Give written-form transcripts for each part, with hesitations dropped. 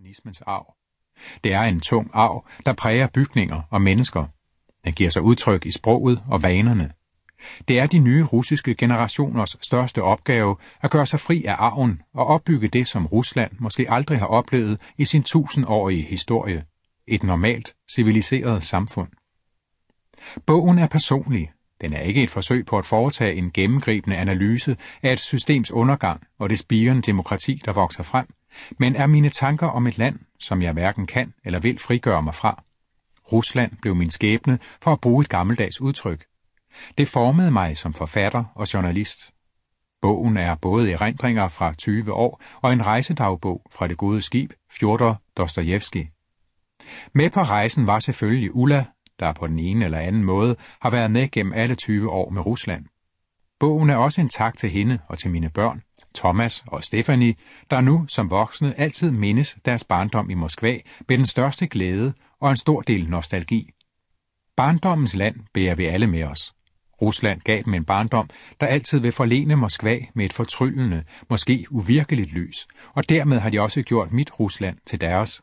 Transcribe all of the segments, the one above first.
kommunismens arv. Det er en tung arv, der præger bygninger og mennesker. Den giver sig udtryk i sproget og vanerne. Det er de nye russiske generationers største opgave at gøre sig fri af arven og opbygge det, som Rusland måske aldrig har oplevet i sin 1000-årige historie. Et normalt, civiliseret samfund. Bogen er personlig. Den er ikke et forsøg på at foretage en gennemgribende analyse af et systems undergang og det spirende demokrati, der vokser frem, men er mine tanker om et land, som jeg hverken kan eller vil frigøre mig fra. Rusland blev min skæbne, for at bruge et gammeldags udtryk. Det formede mig som forfatter og journalist. Bogen er både erindringer fra 20 år og en rejsedagbog fra det gode skib, Fjodor Dostojevskij. Med på rejsen var selvfølgelig Ulla, der på den ene eller anden måde har været med gennem alle 20 år med Rusland. Bogen er også en tak til hende og til mine børn, Thomas og Stephanie, der nu som voksne altid mindes deres barndom i Moskva med den største glæde og en stor del nostalgi. Barndommens land bærer vi alle med os. Rusland gav dem en barndom, der altid vil forlene Moskva med et fortryllende, måske uvirkeligt lys, og dermed har de også gjort mit Rusland til deres.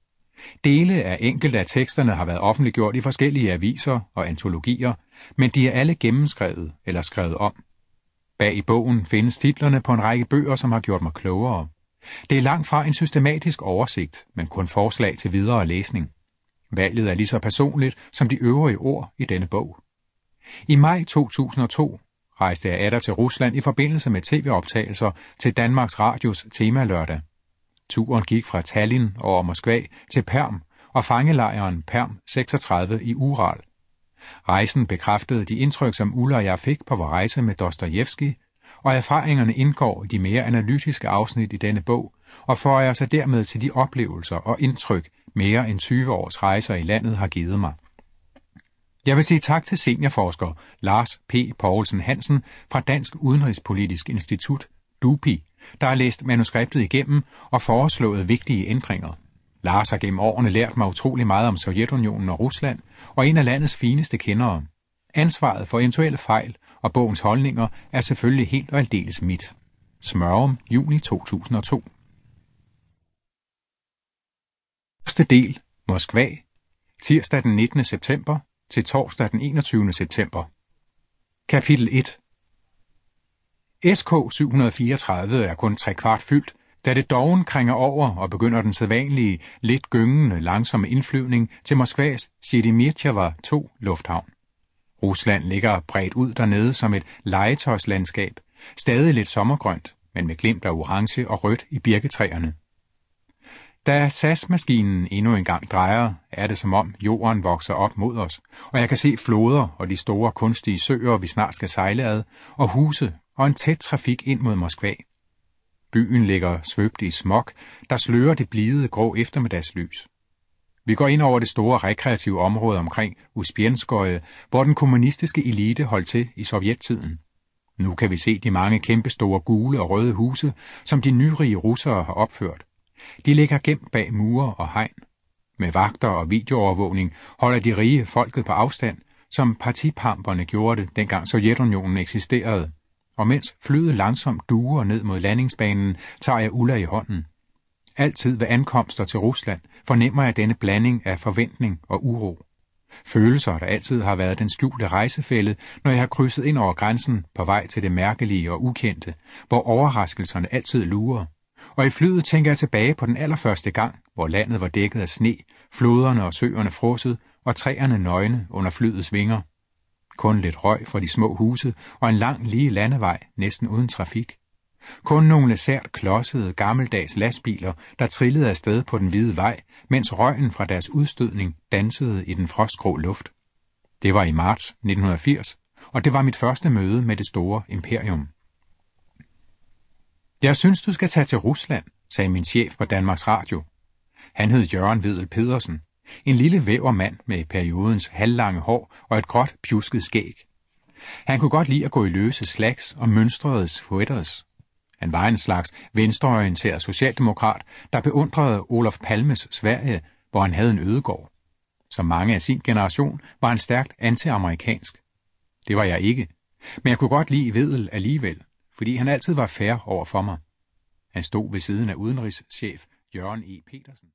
Dele af enkelte af teksterne har været offentliggjort i forskellige aviser og antologier, men de er alle gennemskrevet eller skrevet om. Bag i bogen findes titlerne på en række bøger, som har gjort mig klogere. Det er langt fra en systematisk oversigt, men kun forslag til videre læsning. Valget er lige så personligt som de øvrige ord i denne bog. I maj 2002 rejste jeg atter til Rusland i forbindelse med tv-optagelser til Danmarks Radios temalørdag. Turen gik fra Tallinn over Moskva til Perm og fangelejren Perm 36 i Ural. Rejsen bekræftede de indtryk, som Ulla og jeg fik på vores rejse med Dostojevskij, og erfaringerne indgår i de mere analytiske afsnit i denne bog, og føjer sig dermed til de oplevelser og indtryk, mere end 20 års rejser i landet har givet mig. Jeg vil sige tak til seniorforsker Lars P. Poulsen Hansen fra Dansk Udenrigspolitisk Institut, DUPI, der har læst manuskriptet igennem og foreslået vigtige ændringer. Lars har gennem årene lært mig utrolig meget om Sovjetunionen og Rusland, og en af landets fineste kendere. Ansvaret for eventuelle fejl og bogens holdninger er selvfølgelig helt og aldeles mit. Smørum, juni 2002. Første del, Moskva, tirsdag den 19. september til torsdag den 21. september. Kapitel 1. SK 734 er kun 3/4 fyldt, da det doven krænger over og begynder den sædvanlige, lidt gyngende, langsomme indflyvning til Moskvas Sheremetyevo 2 lufthavn. Rusland ligger bredt ud dernede som et legetøjslandskab, stadig lidt sommergrønt, men med glimt af orange og rødt i birketræerne. Da SAS-maskinen endnu engang drejer, er det som om jorden vokser op mod os, og jeg kan se floder og de store kunstige søer, vi snart skal sejle ad, og huse og en tæt trafik ind mod Moskva. Byen ligger svøbt i smog, der slører det blide grå eftermiddagslys. Vi går ind over det store rekreative område omkring Uspienskoje, hvor den kommunistiske elite holdt til i sovjettiden. Nu kan vi se de mange kæmpestore gule og røde huse, som de nyrige russere har opført. De ligger gemt bag mure og hegn. Med vagter og videoovervågning holder de rige folket på afstand, som partipamperne gjorde det, dengang Sovjetunionen eksisterede. Og mens flyet langsomt duer ned mod landingsbanen, tager jeg Ulla i hånden. Altid ved ankomster til Rusland fornemmer jeg denne blanding af forventning og uro. Følelser, der altid har været den skjulte rejsefælde, når jeg har krydset ind over grænsen på vej til det mærkelige og ukendte, hvor overraskelserne altid lurer. Og i flyet tænker jeg tilbage på den allerførste gang, hvor landet var dækket af sne, floderne og søerne frosset og træerne nøgne under flyets vinger. Kun lidt røg fra de små huse og en lang lige landevej, næsten uden trafik. Kun nogle sært klodsede gammeldags lastbiler, der trillede afsted på den hvide vej, mens røgen fra deres udstødning dansede i den frostgrå luft. Det var i marts 1980, og det var mit første møde med det store imperium. Jeg synes, du skal tage til Rusland, sagde min chef på Danmarks Radio. Han hed Jørgen Vedel Pedersen, en lille væver mand med periodens halvlange hår og et gråt pjusket skæg. Han kunne godt lide at gå i løse slacks og mønstrede sweaters. Han var en slags venstreorienteret socialdemokrat, der beundrede Olof Palmes Sverige, hvor han havde en ødegård. Som mange af sin generation var han stærkt anti-amerikansk. Det var jeg ikke, men jeg kunne godt lide Vedel alligevel, fordi han altid var fair over for mig. Han stod ved siden af udenrigschef Jørgen E. Petersen.